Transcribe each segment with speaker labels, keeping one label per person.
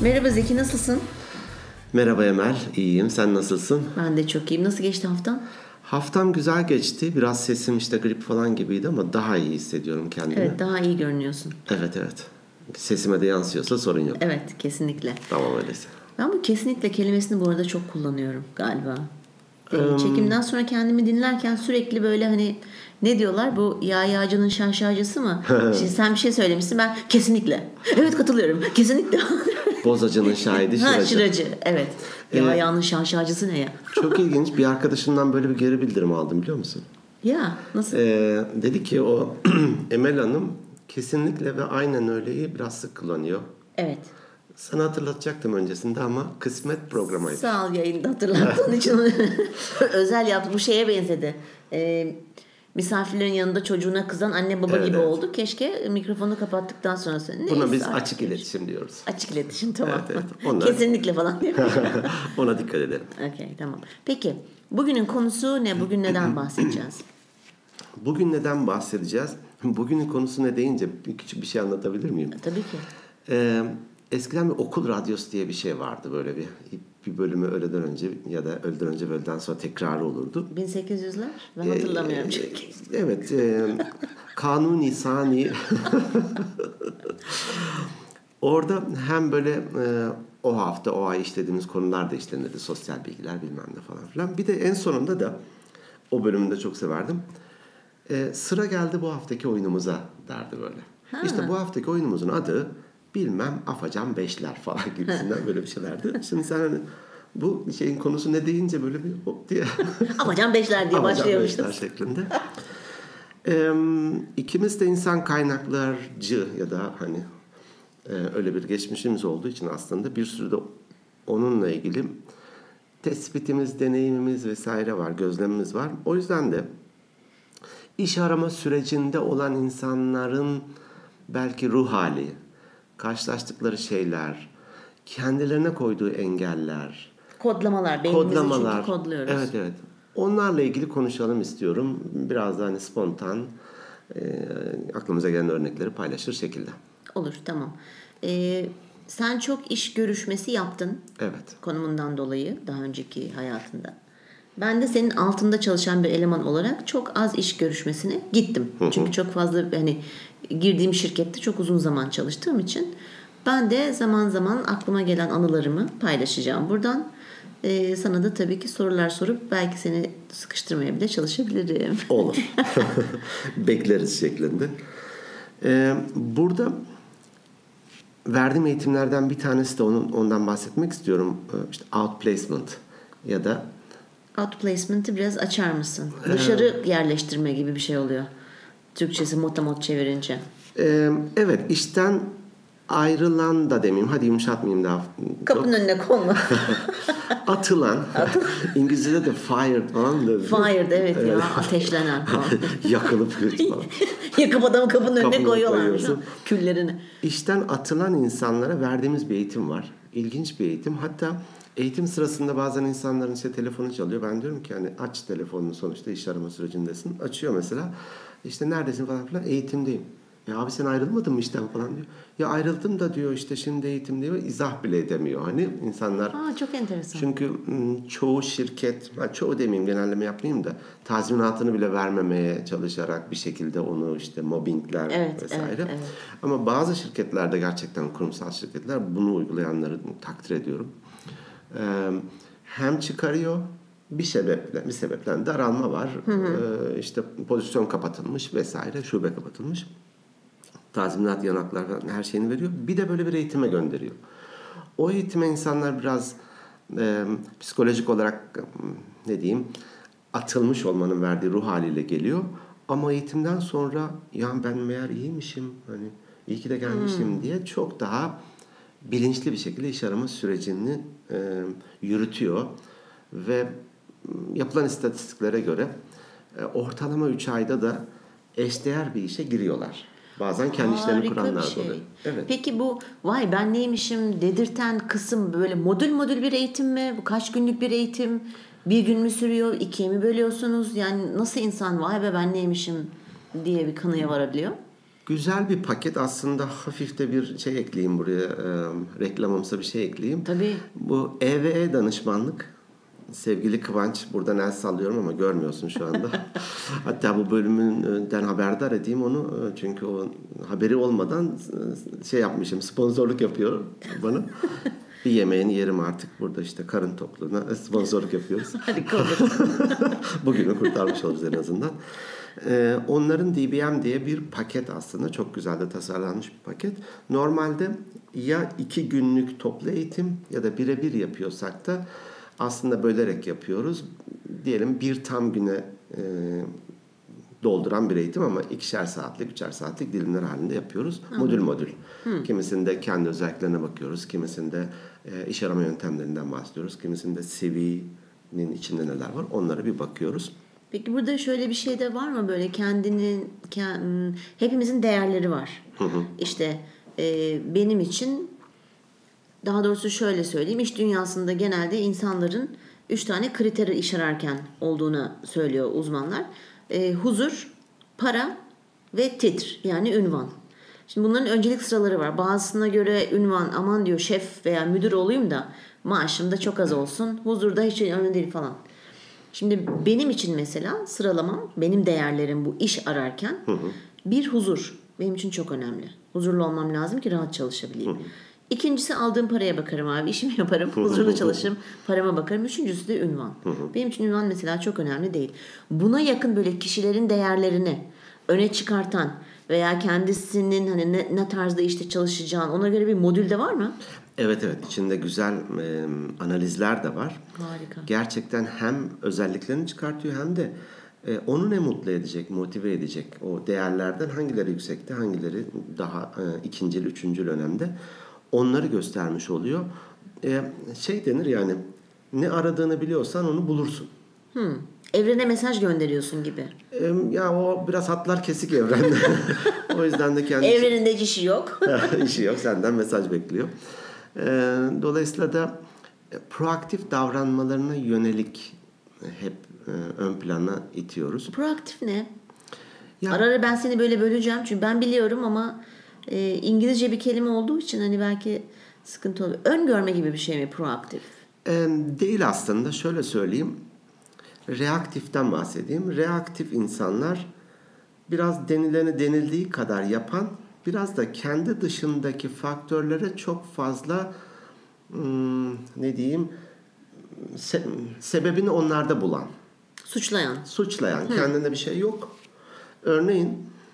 Speaker 1: Merhaba Zeki, nasılsın?
Speaker 2: Merhaba Emel, iyiyim. Sen nasılsın?
Speaker 1: Ben de çok iyiyim. Nasıl geçti haftan?
Speaker 2: Haftam güzel geçti. Biraz sesim grip falan gibiydi ama daha iyi hissediyorum kendimi.
Speaker 1: Evet, daha iyi görünüyorsun.
Speaker 2: Evet. Sesime de yansıyorsa sorun yok.
Speaker 1: Evet, kesinlikle.
Speaker 2: Tamam öyleyse.
Speaker 1: Ben bu kesinlikle kelimesini bu arada çok kullanıyorum galiba. Çekimden sonra kendimi dinlerken sürekli böyle ne diyorlar, bu yağcının şaşacısı mı? Şimdi sen bir şey söylemişsin, ben kesinlikle. Evet, katılıyorum. Kesinlikle.
Speaker 2: Bozacının şahidi şıracı.
Speaker 1: Şıracı, evet. Yağın şaşacısı ne ya?
Speaker 2: Çok ilginç. Bir arkadaşımdan böyle bir geri bildirim aldım, biliyor musun?
Speaker 1: Ya, nasıl?
Speaker 2: Dedi ki o Emel Hanım kesinlikle ve aynen öyleyi biraz sık kullanıyor.
Speaker 1: Evet.
Speaker 2: Sana hatırlatacaktım öncesinde ama kısmet programıydı.
Speaker 1: Sağ ol, yayında hatırlattığın için. Özel yaptı. Bu şeye benzedi. Misafirlerin yanında çocuğuna kızan anne baba gibi oldu. Keşke mikrofonu kapattıktan sonra söyle.
Speaker 2: Buna biz açık iletişim diyoruz.
Speaker 1: Açık iletişim, tamam.
Speaker 2: Evet.
Speaker 1: Kesinlikle falan diyor.
Speaker 2: Ona dikkat edelim.
Speaker 1: Okey, tamam. Peki bugünün konusu ne? Bugün neden bahsedeceğiz?
Speaker 2: Bugün neden bahsedeceğiz? Bugünün konusu ne deyince küçük bir şey anlatabilir miyim?
Speaker 1: Tabii ki.
Speaker 2: Eskiden bir okul radyosu diye bir şey vardı, böyle bir bölümü öğleden önce ya da öğleden önce ve öğleden sonra tekrarı olurdu.
Speaker 1: 1800'ler? Ben hatırlamıyorum çünkü.
Speaker 2: Evet. Kanuni Sani. Orada hem böyle o hafta o ay işlediğimiz konular da işlenirdi. Sosyal bilgiler bilmem ne falan filan. Bir de en sonunda da o bölümünü de çok severdim. Sıra geldi bu haftaki oyunumuza derdi böyle.
Speaker 1: Ha.
Speaker 2: İşte bu haftaki oyunumuzun adı bilmem Afacan Beşler falan gibisinden böyle bir şeylerdi. Şimdi sen bu şeyin konusu ne deyince böyle bir hop diye.
Speaker 1: Afacan Beşler diye başlıyormuşuz.
Speaker 2: Afacan Beşler şeklinde. İkimiz de insan kaynaklarcı ya da öyle bir geçmişimiz olduğu için aslında bir sürü de onunla ilgili tespitimiz, deneyimimiz vesaire var, gözlemimiz var. O yüzden de iş arama sürecinde olan insanların belki ruh hali, karşılaştıkları şeyler, kendilerine koyduğu engeller,
Speaker 1: kodlamalar, beynimizi çünkü kodluyoruz.
Speaker 2: Evet. Onlarla ilgili konuşalım istiyorum. Biraz da spontan, aklımıza gelen örnekleri paylaşır şekilde.
Speaker 1: Olur, tamam. Sen çok iş görüşmesi yaptın.
Speaker 2: Evet.
Speaker 1: Konumundan dolayı daha önceki hayatında. Ben de senin altında çalışan bir eleman olarak çok az iş görüşmesine gittim. Çünkü çok fazla girdiğim şirkette çok uzun zaman çalıştığım için ben de zaman zaman aklıma gelen anılarımı paylaşacağım buradan. Sana da tabii ki sorular sorup belki seni sıkıştırmaya bile çalışabilirim.
Speaker 2: Olur. Bekleriz şeklinde. Burada verdiğim eğitimlerden bir tanesi de ondan bahsetmek istiyorum. İşte outplacement ya da
Speaker 1: Outplacement'ı biraz açar mısın? Dışarı yerleştirme gibi bir şey oluyor. Türkçesi motamot çevirince.
Speaker 2: Evet, işten ayrılan da demeyeyim. Hadi yumuşatmayayım daha.
Speaker 1: Kapının önüne konma.
Speaker 2: Atılan. İngilizce'de de fired falan da.
Speaker 1: Fired, evet ya. Ateşlenen falan.
Speaker 2: Yakılıp falan.
Speaker 1: Yakıp adamı kapının önüne koyuyorlarmış. Küllerini.
Speaker 2: İşten atılan insanlara verdiğimiz bir eğitim var. İlginç bir eğitim. Hatta eğitim sırasında bazen insanların telefonu çalıyor. Ben diyorum ki aç telefonunu, sonuçta iş arama sürecindesin. Açıyor mesela. İşte neredesin falan filan. Eğitimdeyim. Ya abi sen ayrılmadın mı işten falan diyor. Ya ayrıldım da diyor, işte şimdi eğitimdeyim. İzah bile edemiyor. İnsanlar.
Speaker 1: Çok enteresan.
Speaker 2: Çünkü çoğu şirket, çoğu demeyeyim, genelleme yapmayayım da, tazminatını bile vermemeye çalışarak bir şekilde onu mobbingler vesaire.
Speaker 1: Evet.
Speaker 2: Ama bazı şirketlerde, gerçekten kurumsal şirketler, bunu uygulayanları takdir ediyorum. Hem çıkarıyor, bir sebepten daralma var. İşte pozisyon kapatılmış vesaire, şube kapatılmış. Tazminat, yanaklar falan, her şeyini veriyor. Bir de böyle bir eğitime gönderiyor. O eğitime insanlar biraz psikolojik olarak atılmış olmanın verdiği ruh haliyle geliyor. Ama eğitimden sonra ya ben meğer iyiymişim, iyi ki de gelmişim diye çok daha bilinçli bir şekilde iş arama sürecini yürütüyor. Ve yapılan istatistiklere göre ortalama 3 ayda da eşdeğer bir işe giriyorlar. Bazen kendi işlerini kuranlar da oluyor. Evet.
Speaker 1: Peki bu ben neymişim dedirten kısım böyle modül bir eğitim mi? Bu kaç günlük bir eğitim? Bir gün mü sürüyor? 2'ye mi bölüyorsunuz? Yani nasıl insan ben neymişim diye bir kanıya varabiliyor?
Speaker 2: Güzel bir paket, aslında hafif de bir şey ekleyeyim buraya, reklamımsa bir şey ekleyeyim.
Speaker 1: Tabii.
Speaker 2: Bu EVE danışmanlık. Sevgili Kıvanç, buradan el sallıyorum ama görmüyorsun şu anda. Hatta bu bölümünden haberdar edeyim onu. Çünkü o haberi olmadan şey yapmışım, sponsorluk yapıyor bana. Bir yemeğini yerim artık burada, işte karın tokluğuna sponsorluk yapıyoruz.
Speaker 1: Harika olur.
Speaker 2: Bugünü kurtarmış oluruz en azından. Onların DBM diye bir paket, aslında çok güzel de tasarlanmış bir paket. Normalde ya 2 günlük toplu eğitim ya da birebir yapıyorsak da aslında bölerek yapıyoruz. Diyelim bir tam güne dolduran bir eğitim ama 2'şer saatlik, 3'er saatlik dilimler halinde yapıyoruz. Modül modül. Kimisinde kendi özelliklerine bakıyoruz. Kimisinde iş arama yöntemlerinden bahsediyoruz. Kimisinde CV'nin içinde neler var, onlara bir bakıyoruz.
Speaker 1: Peki burada şöyle bir şey de var mı, böyle hepimizin değerleri var. İşte benim için, daha doğrusu şöyle söyleyeyim, iş dünyasında genelde insanların 3 tane kriteri iş ararken olduğunu söylüyor uzmanlar. Huzur, para ve titr, yani ünvan. Şimdi bunların öncelik sıraları var. Bazısına göre ünvan, aman diyor şef veya müdür olayım da maaşım da çok az olsun, huzurda hiç önemli değil falan. Şimdi benim için mesela sıralamam, benim değerlerim bu iş ararken, bir huzur benim için çok önemli. Huzurlu olmam lazım ki rahat çalışabileyim. İkincisi aldığım paraya bakarım abi. İşimi yaparım, huzurlu çalışırım, parama bakarım. Üçüncüsü de ünvan. Benim için ünvan mesela çok önemli değil. Buna yakın böyle kişilerin değerlerini öne çıkartan veya kendisinin hani ne tarzda işte çalışacağın, ona göre bir modül de var mı?
Speaker 2: Evet, içinde güzel analizler de var.
Speaker 1: Harika.
Speaker 2: Gerçekten hem özelliklerini çıkartıyor hem de onu ne mutlu edecek, motive edecek, o değerlerden hangileri yüksekte, hangileri daha ikincil, üçüncül önemde, onları göstermiş oluyor. Şey denir yani, ne aradığını biliyorsan onu bulursun.
Speaker 1: Evrene mesaj gönderiyorsun gibi.
Speaker 2: Ya o biraz hatlar kesik evrende. O yüzden de kendisi...
Speaker 1: Evreninde işi yok.
Speaker 2: İşi yok, senden mesaj bekliyor. Dolayısıyla da proaktif davranmalarına yönelik hep ön plana itiyoruz.
Speaker 1: Proaktif ne?
Speaker 2: Ya,
Speaker 1: Ara ara ben seni böyle böleceğim çünkü ben biliyorum ama İngilizce bir kelime olduğu için hani belki sıkıntı oluyor. Öngörme gibi bir şey mi proaktif?
Speaker 2: Değil aslında, şöyle söyleyeyim. Reaktiften bahsedeyim. Reaktif insanlar biraz denildiği kadar yapan, biraz da kendi dışındaki faktörlere çok fazla ne diyeyim, sebebini onlarda bulan. Suçlayan. Kendinde bir şey yok. Örneğin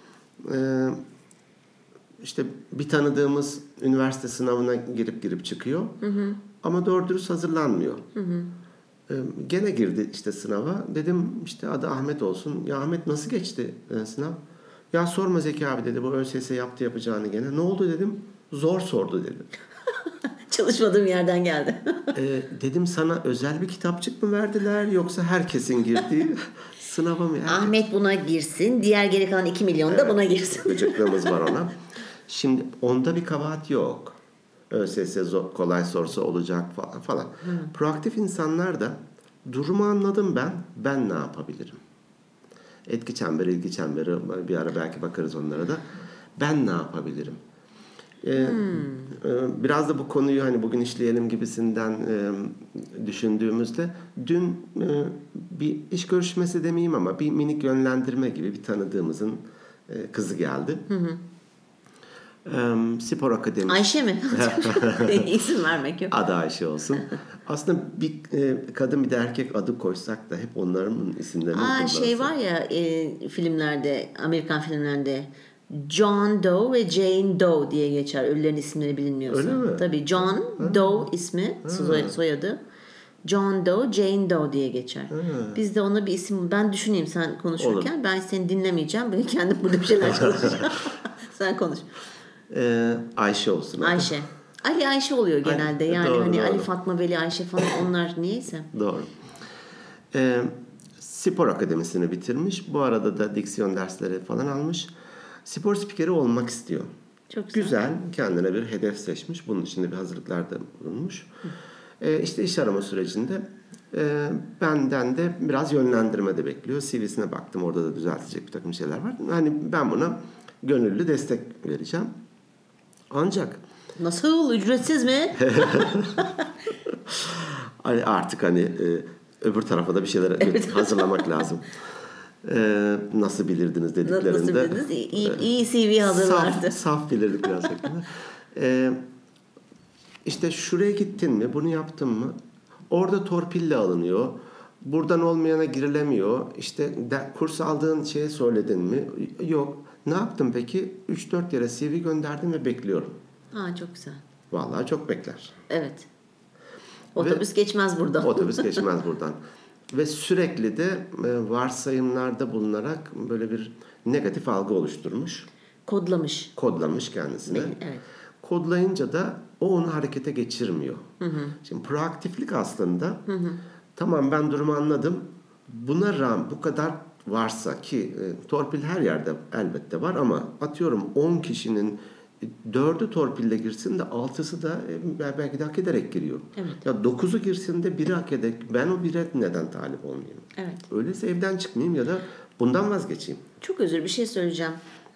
Speaker 2: işte bir tanıdığımız üniversite sınavına girip çıkıyor. Ama doğru dürüst hazırlanmıyor. Gene girdi işte sınava. Dedim işte adı Ahmet olsun. Ya Ahmet nasıl geçti sınav? Ya sorma Zeki abi dedi. Bu ÖSS yapacağını gene. Ne oldu dedim. Zor sordu dedi.
Speaker 1: Çalışmadığım yerden geldi.
Speaker 2: Dedim sana özel bir kitapçık mı verdiler yoksa herkesin girdiği sınava mı?
Speaker 1: Ahmet buna girsin. Diğer geri kalan 2 milyon da buna girsin.
Speaker 2: Gıcıklığımız var ona. Şimdi onda bir kabahat yok. ÖSS kolay sorsa olacak falan. Proaktif insanlar da durumu anladım ben. Ben ne yapabilirim? Etki çemberi, ilgi çemberi, bir ara belki bakarız onlara da. Ben ne yapabilirim? Biraz da bu konuyu hani bugün işleyelim gibisinden düşündüğümüzde dün bir iş görüşmesi demeyeyim ama bir minik yönlendirme gibi bir tanıdığımızın kızı geldi. Spor akademisi.
Speaker 1: Ayşe mi? İsim vermek yok.
Speaker 2: Adı Ayşe olsun. Aslında bir kadın bir de erkek adı koysak da hep onların isimlerini kullansak.
Speaker 1: Şey var ya filmlerde, Amerikan filmlerinde John Doe ve Jane Doe diye geçer. Ölülerin isimleri bilinmiyorsa.
Speaker 2: Öyle mi?
Speaker 1: Tabii John Doe ismi, soyadı. John Doe, Jane Doe diye geçer. Biz de ona bir isim, ben düşüneyim sen konuşurken. Olur. Ben seni dinlemeyeceğim. Böyle kendim burada bir şeyler çalışacağım. Sen konuş.
Speaker 2: Ayşe olsun.
Speaker 1: Ayşe. Ali Ayşe oluyor genelde. Yani
Speaker 2: doğru,
Speaker 1: hani
Speaker 2: doğru.
Speaker 1: Ali Fatma Veli Ayşe falan onlar niyeyse.
Speaker 2: Doğru. Spor akademisini bitirmiş. Bu arada da diksiyon dersleri falan almış. Spor spikeri olmak istiyor.
Speaker 1: Çok
Speaker 2: güzel. Kendine bir hedef seçmiş. Bunun için de bir hazırlıklarda bulunmuş. İşte iş arama sürecinde benden de biraz yönlendirme de bekliyor. CV'sine baktım. Orada da düzeltecek bir takım şeyler var. Hani ben buna gönüllü destek vereceğim. Ancak
Speaker 1: Nasıl? Ücretsiz mi?
Speaker 2: artık öbür tarafa da bir şeyler hazırlamak lazım. Nasıl bilirdiniz dediklerinde.
Speaker 1: Nasıl bilirdiniz? İyi CV hazırlardı.
Speaker 2: Saf bilirdik gerçekten. İşte şuraya gittin mi, bunu yaptın mı? Orada torpille alınıyor. Buradan olmayana girilemiyor. İşte kurs aldığın şeye söyledin mi? Yok. Ne yaptın peki? 3-4 yere CV gönderdim ve bekliyorum.
Speaker 1: Çok güzel.
Speaker 2: Vallahi çok bekler.
Speaker 1: Evet. Otobüs geçmez buradan.
Speaker 2: Otobüs geçmez buradan. Ve sürekli de varsayımlarda bulunarak böyle bir negatif algı oluşturmuş. Kodlamış kendisine.
Speaker 1: Evet.
Speaker 2: Kodlayınca da o onu harekete geçirmiyor. Şimdi proaktiflik aslında tamam ben durumu anladım. Buna rağmen bu kadar varsa ki torpil her yerde elbette var ama atıyorum 10 kişinin 4'ü torpille girsin de 6'sı da belki de hak ederek giriyor.
Speaker 1: Evet.
Speaker 2: Ya 9'u girsin de biri hak ederek. Ben o bire neden talip olmayayım?
Speaker 1: Evet.
Speaker 2: Öyleyse evden çıkmayayım ya da bundan vazgeçeyim.
Speaker 1: Çok bir şey söyleyeceğim.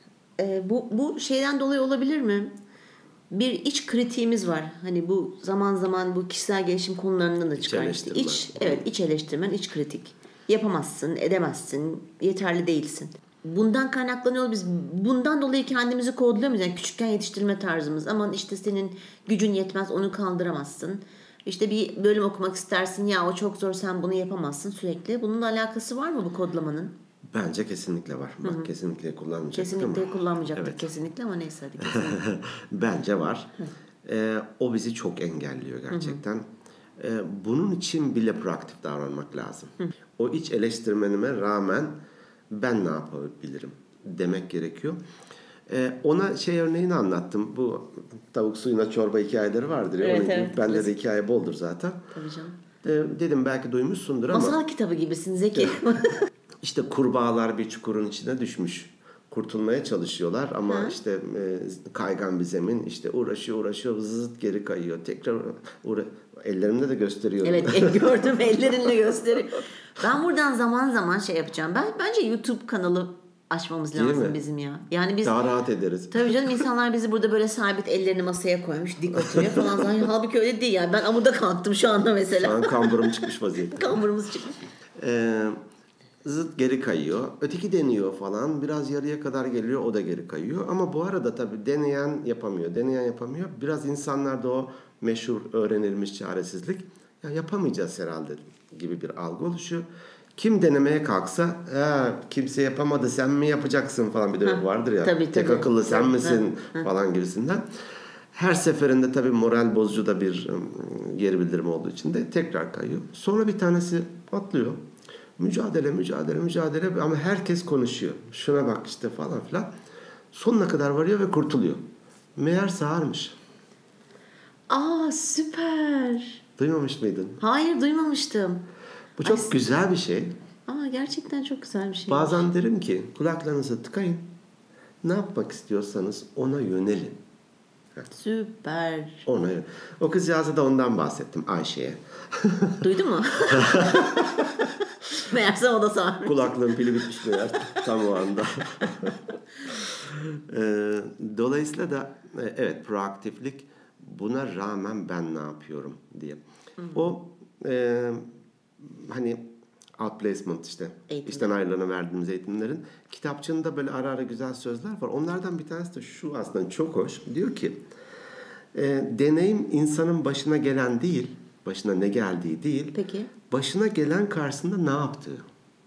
Speaker 1: Bu şeyden dolayı olabilir mi? Bir iç kritiğimiz var. Hani bu zaman zaman bu kişisel gelişim konularından da çıkar. İç eleştirmen, iç kritik. Yapamazsın, edemezsin, yeterli değilsin. Bundan kaynaklanıyor. Biz bundan dolayı kendimizi kodluyoruz. Yani küçükken yetiştirme tarzımız. Aman işte senin gücün yetmez, onu kaldıramazsın. İşte bir bölüm okumak istersin. Ya o çok zor, sen bunu yapamazsın sürekli. Bununla alakası var mı bu kodlamanın?
Speaker 2: Bence kesinlikle var. Bak kesinlikle kullanmayacaktık
Speaker 1: kesinlikle kullanmayacaktık.
Speaker 2: Evet.
Speaker 1: Kesinlikle ama neyse hadi kesinlikle.
Speaker 2: Bence var. O bizi çok engelliyor gerçekten. Bunun için bile proaktif davranmak lazım. O iç eleştirmenime rağmen ben ne yapabilirim demek gerekiyor. Ona örneğini anlattım. Bu tavuk suyuna çorba hikayeleri vardır.
Speaker 1: Evet.
Speaker 2: Bende de hikaye boldur zaten.
Speaker 1: Tabii canım.
Speaker 2: Dedim belki duymuşsundur ama.
Speaker 1: Masal kitabı gibisin Zeki.
Speaker 2: İşte kurbağalar bir çukurun içine düşmüş. Kurtulmaya çalışıyorlar ama işte kaygan bir zemin, işte uğraşıyor zıt geri kayıyor. Tekrar ellerimde de gösteriyorum.
Speaker 1: Evet gördüm, ellerinle gösteriyor. Ben buradan zaman zaman yapacağım. Bence YouTube kanalı açmamız lazım bizim ya. Yani biz
Speaker 2: daha rahat ederiz.
Speaker 1: Tabii canım, insanlar bizi burada böyle sabit ellerini masaya koymuş, dik oturuyor falan. Halbuki öyle değil yani. Ben amuda kalktım şu anda mesela.
Speaker 2: Şu an kamburum çıkmış vaziyette.
Speaker 1: Kamburumuz çıkmış.
Speaker 2: Zıt geri kayıyor. Öteki deniyor falan. Biraz yarıya kadar geliyor, o da geri kayıyor. Ama bu arada tabii deneyen yapamıyor. Biraz insanlarda o meşhur öğrenilmiş çaresizlik. Ya yapamayacağız herhalde gibi bir algı oluşuyor. Kim denemeye kalksa kimse yapamadı, sen mi yapacaksın falan bir de vardır ya.
Speaker 1: Tabii.
Speaker 2: Tek akıllı sen misin falan gibisinden. Her seferinde tabii moral bozucu da bir geri bildirim olduğu için de tekrar kayıyor. Sonra bir tanesi atlıyor. Mücadele ama herkes konuşuyor. Şuna bak işte falan filan. Sonuna kadar varıyor ve kurtuluyor. Meğer sağırmış.
Speaker 1: Süper.
Speaker 2: Duymamış mıydın?
Speaker 1: Hayır, duymamıştım.
Speaker 2: Bu çok güzel bir şey.
Speaker 1: Gerçekten çok güzel bir şey.
Speaker 2: Bazen derim ki kulaklarınızı tıkayın. Ne yapmak istiyorsanız ona yönelin.
Speaker 1: Süper.
Speaker 2: O kızcağıza da ondan bahsettim, Ayşe'ye.
Speaker 1: Duydu mu? Meğerse o da sağırmış.
Speaker 2: Kulaklığın pili bitmiş meğer tam o anda. Dolayısıyla da evet, proaktiflik, buna rağmen ben ne yapıyorum diye. O hani outplacement işte işten ayrılana verdiğimiz eğitimlerin kitapçığında böyle ara ara güzel sözler var. Onlardan bir tanesi de şu, aslında çok hoş. Diyor ki deneyim insanın başına gelen değil, başına ne geldiği değil.
Speaker 1: Peki.
Speaker 2: Başına gelen karşısında ne yaptığı.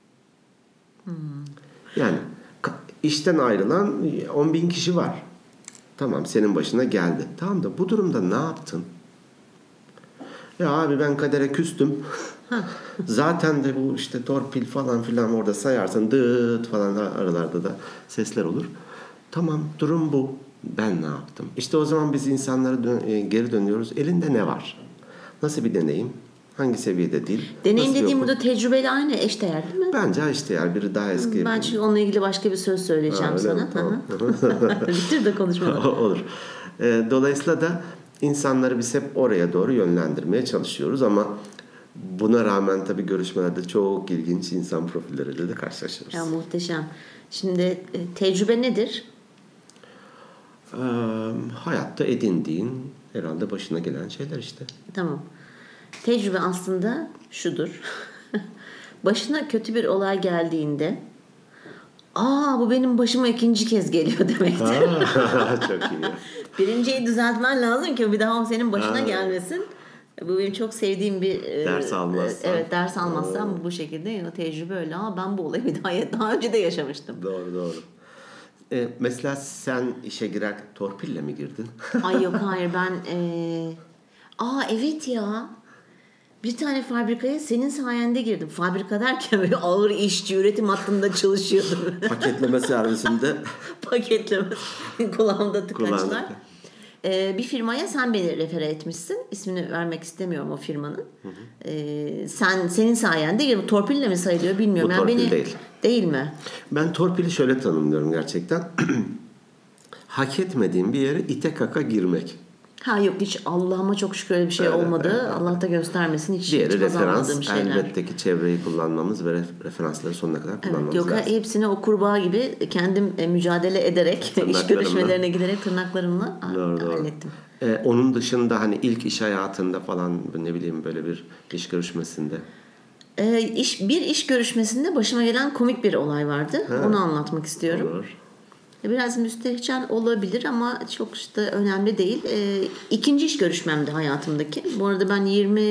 Speaker 2: Yani işten ayrılan 10.000 kişi var. Tamam, senin başına geldi. Tamam da bu durumda ne yaptın? Ya abi ben kadere küstüm. Zaten de bu işte torpil falan filan orada sayarsan dıt falan aralarda da sesler olur. Tamam, durum bu. Ben ne yaptım? İşte o zaman biz insanlara geri dönüyoruz. Elinde ne var? Nasıl bir deneyim? Hangi seviyede değil?
Speaker 1: Deneyim dediğim burada tecrübeyle aynı eşdeğer değil mi?
Speaker 2: Bence eşdeğer. Biri daha eski.
Speaker 1: Ben çünkü onunla ilgili başka bir söz söyleyeceğim sana.
Speaker 2: Tamam.
Speaker 1: Bitir de konuşmalar.
Speaker 2: Olur. Dolayısıyla da insanları biz hep oraya doğru yönlendirmeye çalışıyoruz ama buna rağmen tabii görüşmelerde çok ilginç insan profilleriyle de karşılaşıyoruz.
Speaker 1: Ya muhteşem. Şimdi tecrübe nedir?
Speaker 2: Hayatta edindiğin herhalde başına gelen şeyler işte.
Speaker 1: Tamam. Tecrübe aslında şudur. Başına kötü bir olay geldiğinde bu benim başıma ikinci kez geliyor demektir.
Speaker 2: Çok iyi.
Speaker 1: Birinciyi düzeltmen lazım ki bir daha o senin başına gelmesin. Bu benim çok sevdiğim bir
Speaker 2: ders almazsan.
Speaker 1: Evet, ders almazsam bu şekilde o tecrübe öyle. Ben bu olayı daha önce de yaşamıştım.
Speaker 2: Doğru. Mesela sen işe girerken torpille mi girdin?
Speaker 1: Ay yok hayır ben evet ya. Bir tane fabrikaya senin sayende girdim. Fabrika derken böyle ağır işçi üretim hattında çalışıyordum.
Speaker 2: Paketleme servisinde.
Speaker 1: Paketleme. Kulağımda tıkaçlar.
Speaker 2: Kulağımda.
Speaker 1: Bir firmaya sen beni refere etmişsin. İsmini vermek istemiyorum o firmanın. Senin sayende girdim. Torpille mi sayılıyor bilmiyorum.
Speaker 2: Bu torpil değil.
Speaker 1: Değil mi?
Speaker 2: Ben torpili şöyle tanımlıyorum gerçekten. Hak etmediğim bir yere ite kaka girmek.
Speaker 1: Yok hiç Allah'ıma çok şükür öyle bir şey olmadı. Evet. Allah da göstermesin hiç
Speaker 2: referans
Speaker 1: şeyler.
Speaker 2: Elbette ki çevreyi kullanmamız ve referansları sonuna kadar kullanmamız lazım.
Speaker 1: Hepsini o kurbağa gibi kendim mücadele ederek iş görüşmelerine giderek tırnaklarımla hallettim.
Speaker 2: Onun dışında hani ilk iş hayatında falan ne bileyim böyle bir iş görüşmesinde.
Speaker 1: Bir iş görüşmesinde başıma gelen komik bir olay vardı. Onu anlatmak istiyorum.
Speaker 2: Olur.
Speaker 1: Biraz müstehcen olabilir ama çok da önemli değil. İkinci iş görüşmemdi hayatımdaki. Bu arada ben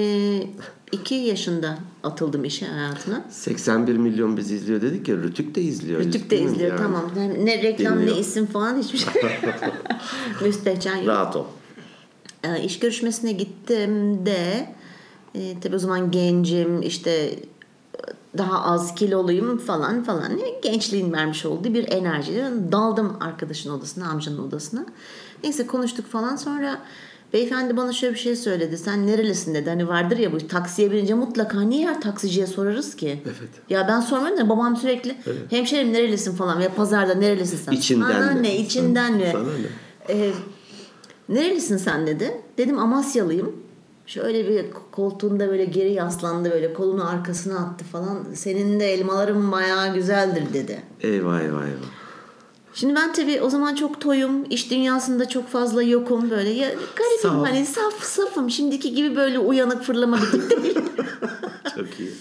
Speaker 1: 22 yaşında atıldım işe hayatına.
Speaker 2: 81 milyon bizi izliyor dedik ya. Rütük de izliyor.
Speaker 1: Rütük de izliyor yani. Tamam. Yani ne reklam dinliyor. Ne isim falan hiçbir şey. Müstehcen yok.
Speaker 2: Rahat ol.
Speaker 1: İş görüşmesine gittim de tabii o zaman gencim işte daha az kiloluyum falan. Gençliğin vermiş olduğu bir enerjiyle daldım arkadaşın odasına, amcanın odasına. Neyse konuştuk falan. Sonra beyefendi bana şöyle bir şey söyledi. Sen nerelisin dedi. Hani vardır ya bu taksiye binince mutlaka niye her taksiciye sorarız ki?
Speaker 2: Evet.
Speaker 1: Ya ben sormuyorum da babam sürekli hemşerim nerelisin falan veya pazarda nerelisin sen?
Speaker 2: İçinden mi?
Speaker 1: İçinden mi?
Speaker 2: Sana ne?
Speaker 1: Nerelisin sen dedi. Dedim Amasyalıyım. Şöyle bir koltuğunda böyle geri yaslandı böyle kolunu arkasına attı falan. Senin de elmaların bayağı güzeldir dedi.
Speaker 2: Eyvah.
Speaker 1: Şimdi ben tabii o zaman çok toyum. İş dünyasında çok fazla yokum böyle. Ya garibim hani safım. Şimdiki gibi böyle uyanık fırlama bir tip değil.
Speaker 2: Çok iyi.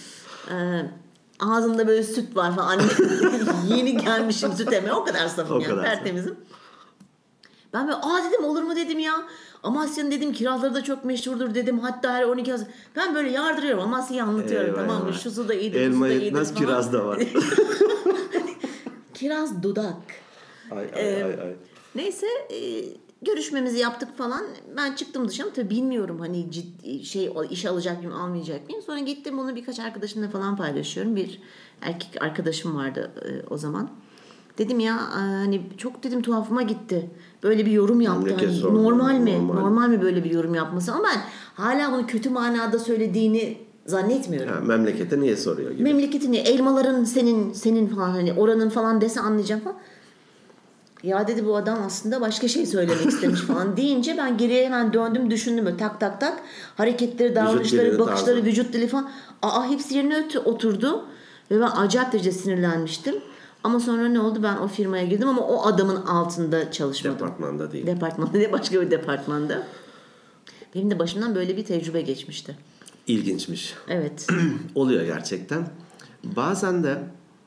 Speaker 1: Ağzımda böyle süt var falan. Yeni gelmişim süt eme. O kadar safım yani. Tertemizim. Ben böyle dedim olur mu dedim ya. Amasya'nın dedim kirazları da çok meşhurdur dedim. Hatta her 12 Haziran. Ben böyle yardırıyorum. Amasya'yı anlatıyorum tamam mı? Şusu da iyidir, busu da iyidir
Speaker 2: nasıl kiraz da var.
Speaker 1: Kiraz dudak.
Speaker 2: Ay.
Speaker 1: Neyse görüşmemizi yaptık falan. Ben çıktım dışarı. Tabii bilmiyorum hani ciddi iş alacak mıyım almayacak mıyım. Sonra gittim bunu birkaç arkadaşımla falan paylaşıyorum. Bir erkek arkadaşım vardı o zaman. Dedim ya hani çok dedim tuhafıma gitti. Böyle bir yorum yaptı. Hani, normal mi böyle bir yorum yapması? Ama ben hala bunu kötü manada söylediğini zannetmiyorum.
Speaker 2: Ha, memlekete niye soruyor gibi.
Speaker 1: Memleketi niye? Elmaların senin falan hani oranın falan dese anlayacağım falan. Ya dedi bu adam aslında başka şey söylemek istemiş falan deyince ben geriye hemen döndüm düşündüm böyle tak. Hareketleri, davranışları, bakışları, vücut dili falan. Hepsi yerine oturdu. Ve ben acayip derece sinirlenmiştim. Ama sonra ne oldu? Ben o firmaya girdim ama o adamın altında çalışmadım.
Speaker 2: Departmanda değil.
Speaker 1: Departmanda değil, başka bir departmanda. Benim de başımdan böyle bir tecrübe geçmişti.
Speaker 2: İlginçmiş.
Speaker 1: Evet.
Speaker 2: Oluyor gerçekten. Bazen de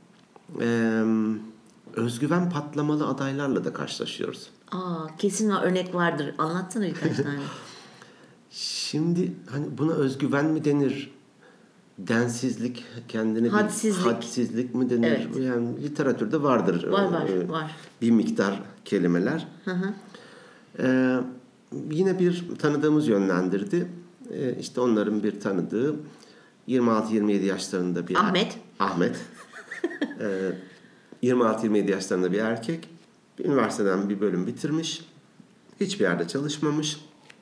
Speaker 2: özgüven patlamalı adaylarla da karşılaşıyoruz.
Speaker 1: Kesin örnek vardır. Anlatsana birkaç tane.
Speaker 2: Şimdi hani buna özgüven mi denir? Densizlik, kendini hadsizlik mi denir?
Speaker 1: Evet.
Speaker 2: Yani literatürde vardır.
Speaker 1: Var.
Speaker 2: Bir miktar kelimeler. Yine bir tanıdığımız yönlendirdi. İşte onların bir tanıdığı 26-27 yaşlarında bir Ahmet. 26-27 yaşlarında bir erkek. Üniversiteden bir bölüm bitirmiş. Hiçbir yerde çalışmamış.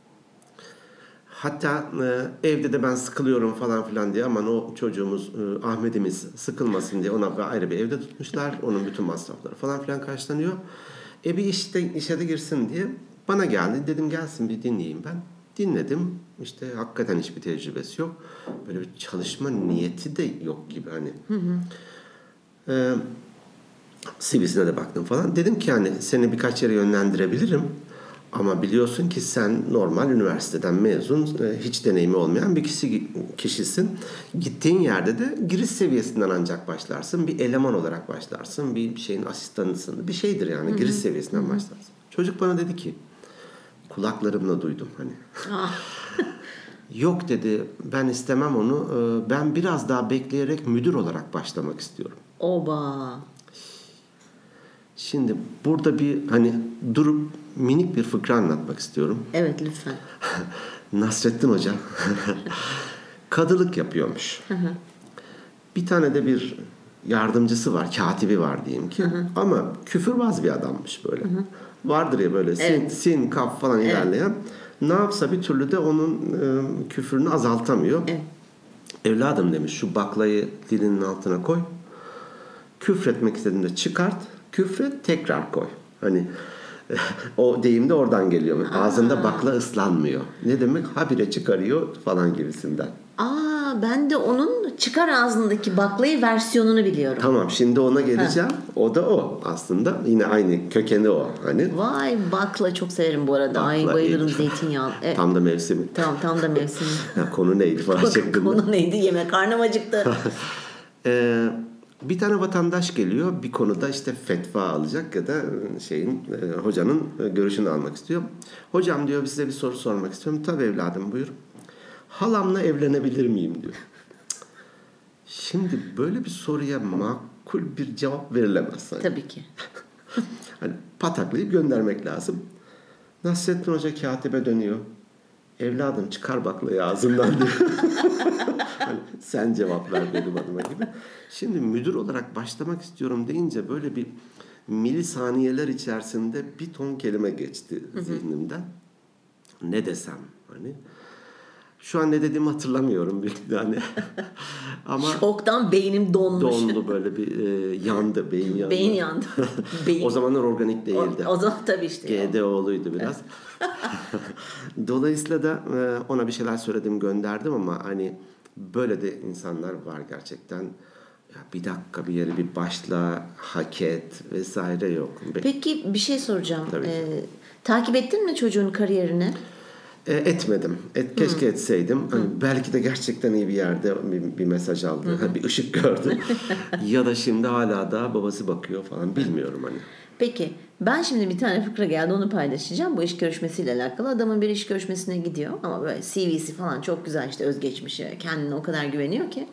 Speaker 2: Hatta evde de ben sıkılıyorum falan filan diye aman o çocuğumuz Ahmet'imiz sıkılmasın diye ona ayrı bir evde tutmuşlar. Onun bütün masrafları falan filan karşılanıyor. Bir işe de girsin diye bana geldi. Dedim gelsin bir dinleyeyim ben. Dinledim. İşte hakikaten hiçbir tecrübesi yok. Böyle bir çalışma niyeti de yok gibi hani. CV'sine de baktım falan. Dedim ki hani seni birkaç yere yönlendirebilirim. Ama biliyorsun ki sen normal üniversiteden mezun, hiç deneyimi olmayan bir kişisin. Gittiğin yerde de giriş seviyesinden ancak başlarsın. Bir eleman olarak başlarsın. Bir şeyin asistanısın. Bir şeydir yani. Giriş seviyesinden başlarsın. Çocuk bana dedi ki, kulaklarımla duydum hani. Yok dedi, ben istemem onu. Ben biraz daha bekleyerek müdür olarak başlamak istiyorum.
Speaker 1: Oba.
Speaker 2: Şimdi burada bir hani durup minik bir fıkra anlatmak istiyorum.
Speaker 1: Evet, lütfen.
Speaker 2: Nasrettin Hoca kadılık yapıyormuş. Bir tane de bir yardımcısı var, katibi var diyeyim ki. Ama küfürbaz bir adammış böyle. Vardır ya böyle sin, kaf falan ilerleyen. Ne yapsa bir türlü de onun küfrünü azaltamıyor.
Speaker 1: Evet.
Speaker 2: Evladım demiş, şu baklayı dilinin altına koy. Küfretmek istediğinde çıkart. Küfret, tekrar koy. Hani o deyim de oradan geliyor. Ağzında bakla ıslanmıyor. Ne demek? Habire çıkarıyor falan gibisinden.
Speaker 1: Ben de onun çıkar ağzındaki baklayı versiyonunu biliyorum.
Speaker 2: Tamam, şimdi ona geleceğim. O da o aslında. Yine aynı kökeni o. Hani.
Speaker 1: Vay, bakla çok severim bu arada. Ay, bayılırım zeytinyağlı.
Speaker 2: Tam da mevsimi.
Speaker 1: Tam da mevsimi.
Speaker 2: Konu neydi falan şeklinde.
Speaker 1: Konu neydi? Yemek, karnım acıktı.
Speaker 2: Bir tane vatandaş geliyor, bir konuda işte fetva alacak ya da hocanın görüşünü almak istiyor. Hocam diyor, size bir soru sormak istiyorum. Tabii evladım, buyur. Halamla evlenebilir miyim diyor. Şimdi böyle bir soruya makul bir cevap verilemez.
Speaker 1: Tabii ki.
Speaker 2: Hani pataklayıp göndermek lazım. Nasrettin Hoca katibe dönüyor. Evladım çıkar baklayı ağzından diyor. Hani sen cevap ver benim adıma gibi. Şimdi müdür olarak başlamak istiyorum deyince böyle bir milisaniyeler içerisinde bir ton kelime geçti zihnimden. Ne desem hani. Şu an ne dediğimi hatırlamıyorum yani. Ama
Speaker 1: şoktan beynim donmuş.
Speaker 2: Dondu böyle bir yandı, beyin yandı.
Speaker 1: Beyin yandı.
Speaker 2: O zamanlar organik değildi.
Speaker 1: O zaman tabii işte.
Speaker 2: GDO'luydu biraz. Dolayısıyla da ona bir şeyler söyledim, gönderdim ama hani böyle de insanlar var gerçekten. Ya bir dakika, bir yere bir başla, hak et vesaire yok.
Speaker 1: Peki bir şey soracağım. Takip ettin mi çocuğun kariyerini?
Speaker 2: Etmedim. Keşke etseydim. Hani belki de gerçekten iyi bir yerde bir mesaj aldı. Bir ışık gördü. Ya da şimdi hala da babası bakıyor falan, bilmiyorum hani.
Speaker 1: Peki ben şimdi bir tane fıkra geldi, onu paylaşacağım. Bu iş görüşmesiyle alakalı. Adamın bir iş görüşmesine gidiyor ama böyle CV'si falan çok güzel, işte özgeçmişi, kendine o kadar güveniyor ki.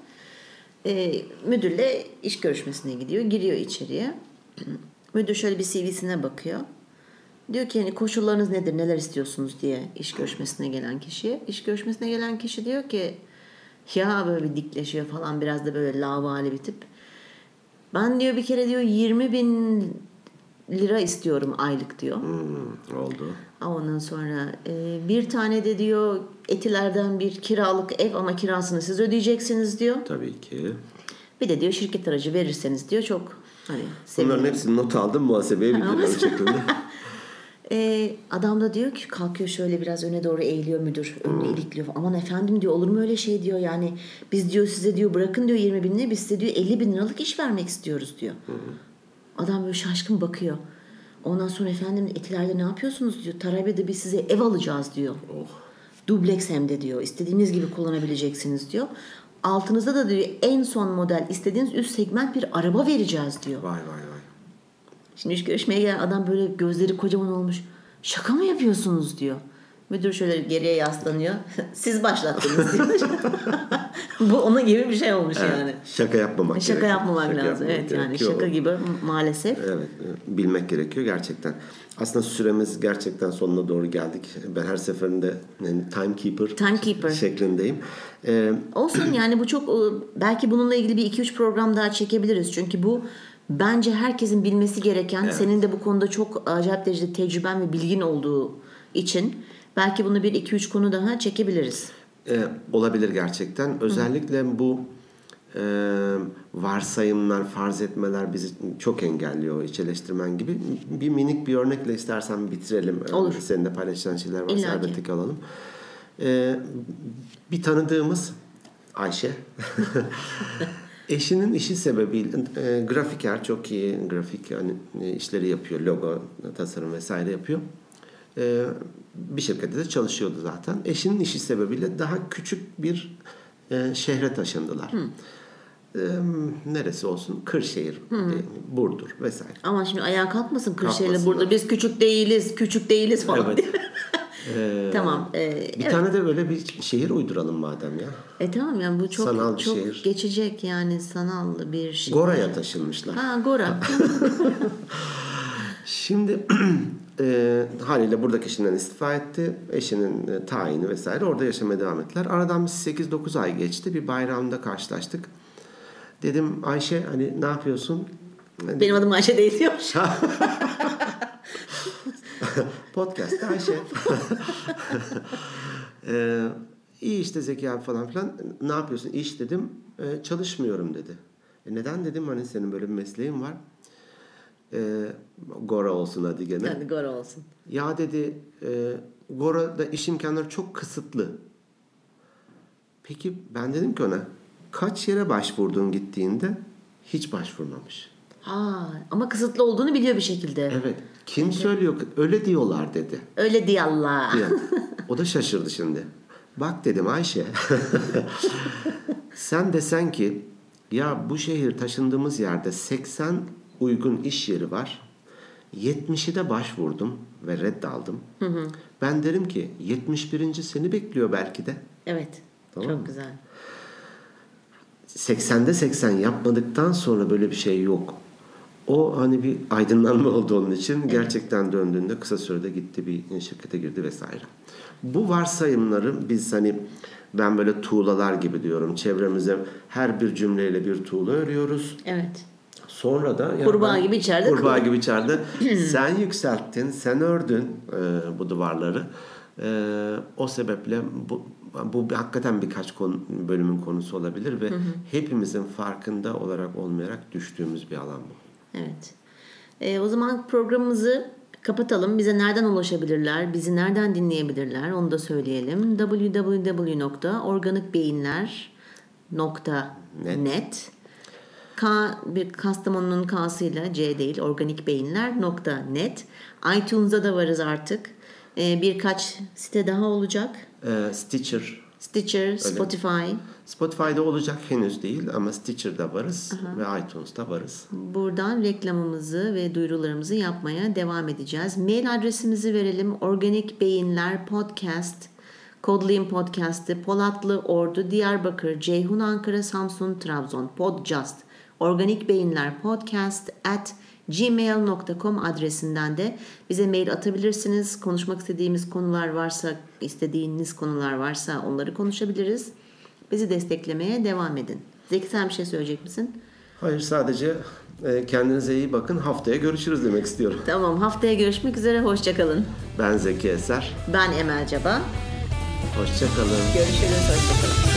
Speaker 1: Müdürle iş görüşmesine gidiyor. Giriyor içeriye. Müdür şöyle bir CV'sine bakıyor. Diyor ki hani koşullarınız nedir, neler istiyorsunuz diye iş görüşmesine gelen kişiye. İş görüşmesine gelen kişi diyor ki ya, böyle bir dikleşiyor falan, biraz da böyle lavali bir tip. Ben diyor bir kere diyor 20.000 lira istiyorum aylık diyor.
Speaker 2: Oldu.
Speaker 1: Ondan sonra bir tane de diyor Etiler'den bir kiralık ev ama kirasını siz ödeyeceksiniz diyor.
Speaker 2: Tabii ki.
Speaker 1: Bir de diyor şirket aracı verirseniz diyor çok hani sevinirim.
Speaker 2: Bunların hepsini not aldım, muhasebeye bildiriyorum şeklinde.
Speaker 1: Adam da diyor ki, kalkıyor şöyle biraz öne doğru eğiliyor müdür. Önüne ilikliyor. Aman efendim diyor, olur mu öyle şey diyor. Yani biz diyor size diyor bırakın diyor 20.000'i, biz size diyor 50.000 liralık iş vermek istiyoruz diyor. Adam böyle şaşkın bakıyor. Ondan sonra efendim Etiler'de ne yapıyorsunuz diyor. Tarabya'da biz size ev alacağız diyor. Dubleks hem de diyor. İstediğiniz gibi kullanabileceksiniz diyor. Altınızda da diyor en son model istediğiniz üst segment bir araba vereceğiz diyor.
Speaker 2: Vay.
Speaker 1: Şimdi iş görüşmeye gelen adam böyle gözleri kocaman olmuş. Şaka mı yapıyorsunuz diyor. Müdür şöyle geriye yaslanıyor. Siz başlattınız diyor. Bu onun gibi bir şey olmuş yani.
Speaker 2: Şaka yapmamak
Speaker 1: Şaka
Speaker 2: gerekiyor.
Speaker 1: yapmamak lazım. Evet yani şaka gibi maalesef.
Speaker 2: Evet, bilmek gerekiyor gerçekten. Aslında süremiz gerçekten sonuna doğru geldik. Ben her seferinde timekeeper şeklindeyim.
Speaker 1: Olsun yani, bu çok, belki bununla ilgili bir 2-3 program daha çekebiliriz. Çünkü bu bence herkesin bilmesi gereken, senin de bu konuda çok acayip derecede tecrüben ve bilgin olduğu için belki bunu bir 2-3 konu daha çekebiliriz.
Speaker 2: Olabilir gerçekten. Özellikle bu varsayımlar, farz etmeler bizi çok engelliyor, iç eleştirmen gibi. Bir minik bir örnekle istersen bitirelim.
Speaker 1: Olur.
Speaker 2: Senin de paylaşacağın şeyler varsa
Speaker 1: İlla ki.
Speaker 2: elbette ki alalım. Bir tanıdığımız Ayşe Eşinin işi sebebiyle grafiker, çok iyi grafik işleri yapıyor. Logo, tasarım vesaire yapıyor. Bir şirkette de çalışıyordu zaten. Eşinin işi sebebiyle daha küçük bir şehre taşındılar. Neresi olsun? Kırşehir, Burdur vesaire.
Speaker 1: Ama şimdi ayağa kalkmasın Kırşehir'le burada biz küçük değiliz falan.
Speaker 2: Evet.
Speaker 1: Tamam.
Speaker 2: Bir tane de böyle bir şehir uyduralım madem ya.
Speaker 1: Tamam yani bu çok
Speaker 2: Sanal bir
Speaker 1: çok
Speaker 2: şehir.
Speaker 1: geçecek yani sanal bir şey.
Speaker 2: Gora'ya taşınmışlar.
Speaker 1: Gora.
Speaker 2: Şimdi haliyle buradaki işinden istifa etti. Eşinin tayini vesaire orada yaşamaya devam ettiler. Aradan 8-9 ay geçti. Bir bayramda karşılaştık. Dedim Ayşe hani ne yapıyorsun?
Speaker 1: Benim adım Ayşe değil diyor.
Speaker 2: Podcast'ta Ayşe. İyi işte Zeki abi falan filan. Ne yapıyorsun? İş dedim. Çalışmıyorum dedi. Neden dedim hani senin böyle bir mesleğin var. Gora olsun hadi gene.
Speaker 1: Hadi Gora olsun.
Speaker 2: Ya dedi Gora'da iş imkanları çok kısıtlı. Peki ben dedim ki ona kaç yere başvurdun gittiğinde hiç başvurmamış.
Speaker 1: Ama kısıtlı olduğunu biliyor bir şekilde.
Speaker 2: Evet. Kim söylüyor? Öyle diyorlar dedi.
Speaker 1: Öyle diyor Allah.
Speaker 2: O da şaşırdı şimdi. Bak dedim Ayşe. Sen desen ki ya bu şehir taşındığımız yerde 80 uygun iş yeri var. 70'i de başvurdum ve reddaldım. Ben derim ki 71. seni bekliyor belki de.
Speaker 1: Evet.
Speaker 2: Tamam
Speaker 1: çok
Speaker 2: mı?
Speaker 1: güzel.
Speaker 2: 80'de 80 yapmadıktan sonra böyle bir şey yok. O hani bir aydınlanma oldu onun için. Evet. Gerçekten döndüğünde kısa sürede gitti bir şirkete girdi vesaire. Bu varsayımları biz hani ben böyle tuğlalar gibi diyorum. Çevremize her bir cümleyle bir tuğla örüyoruz.
Speaker 1: Evet.
Speaker 2: Sonra da
Speaker 1: kurbağa gibi içeride.
Speaker 2: Kurbağa gibi içeride. Sen yükselttin, sen ördün bu duvarları. O sebeple bu hakikaten birkaç bölümün konusu olabilir ve hepimizin farkında olarak olmayarak düştüğümüz bir alan bu.
Speaker 1: Evet. O zaman programımızı kapatalım. Bize nereden ulaşabilirler? Bizi nereden dinleyebilirler? Onu da söyleyelim. www.organikbeyinler.net bir Kastamonu'nun K'sıyla C değil organikbeyinler.net. iTunes'da da varız artık. Birkaç site daha olacak.
Speaker 2: Stitcher,
Speaker 1: Spotify.
Speaker 2: Spotify'da olacak henüz değil ama Stitcher'da varız ve iTunes'da varız.
Speaker 1: Buradan reklamımızı ve duyurularımızı yapmaya devam edeceğiz. Mail adresimizi verelim. Organik Beyinler Podcast, Kodlayın Podcast'ı, Polatlı, Ordu, Diyarbakır, Ceyhun, Ankara, Samsun, Trabzon, Podjust, Organik Beyinler Podcast @gmail.com adresinden de bize mail atabilirsiniz. Konuşmak istediğiniz konular varsa onları konuşabiliriz. Bizi desteklemeye devam edin. Zeki sen bir şey söyleyecek misin?
Speaker 2: Hayır sadece kendinize iyi bakın. Haftaya görüşürüz demek istiyorum.
Speaker 1: Tamam haftaya görüşmek üzere. Hoşçakalın.
Speaker 2: Ben Zeki Eser.
Speaker 1: Ben Emel Caba.
Speaker 2: Hoşçakalın.
Speaker 1: Görüşürüz. Hoşçakalın.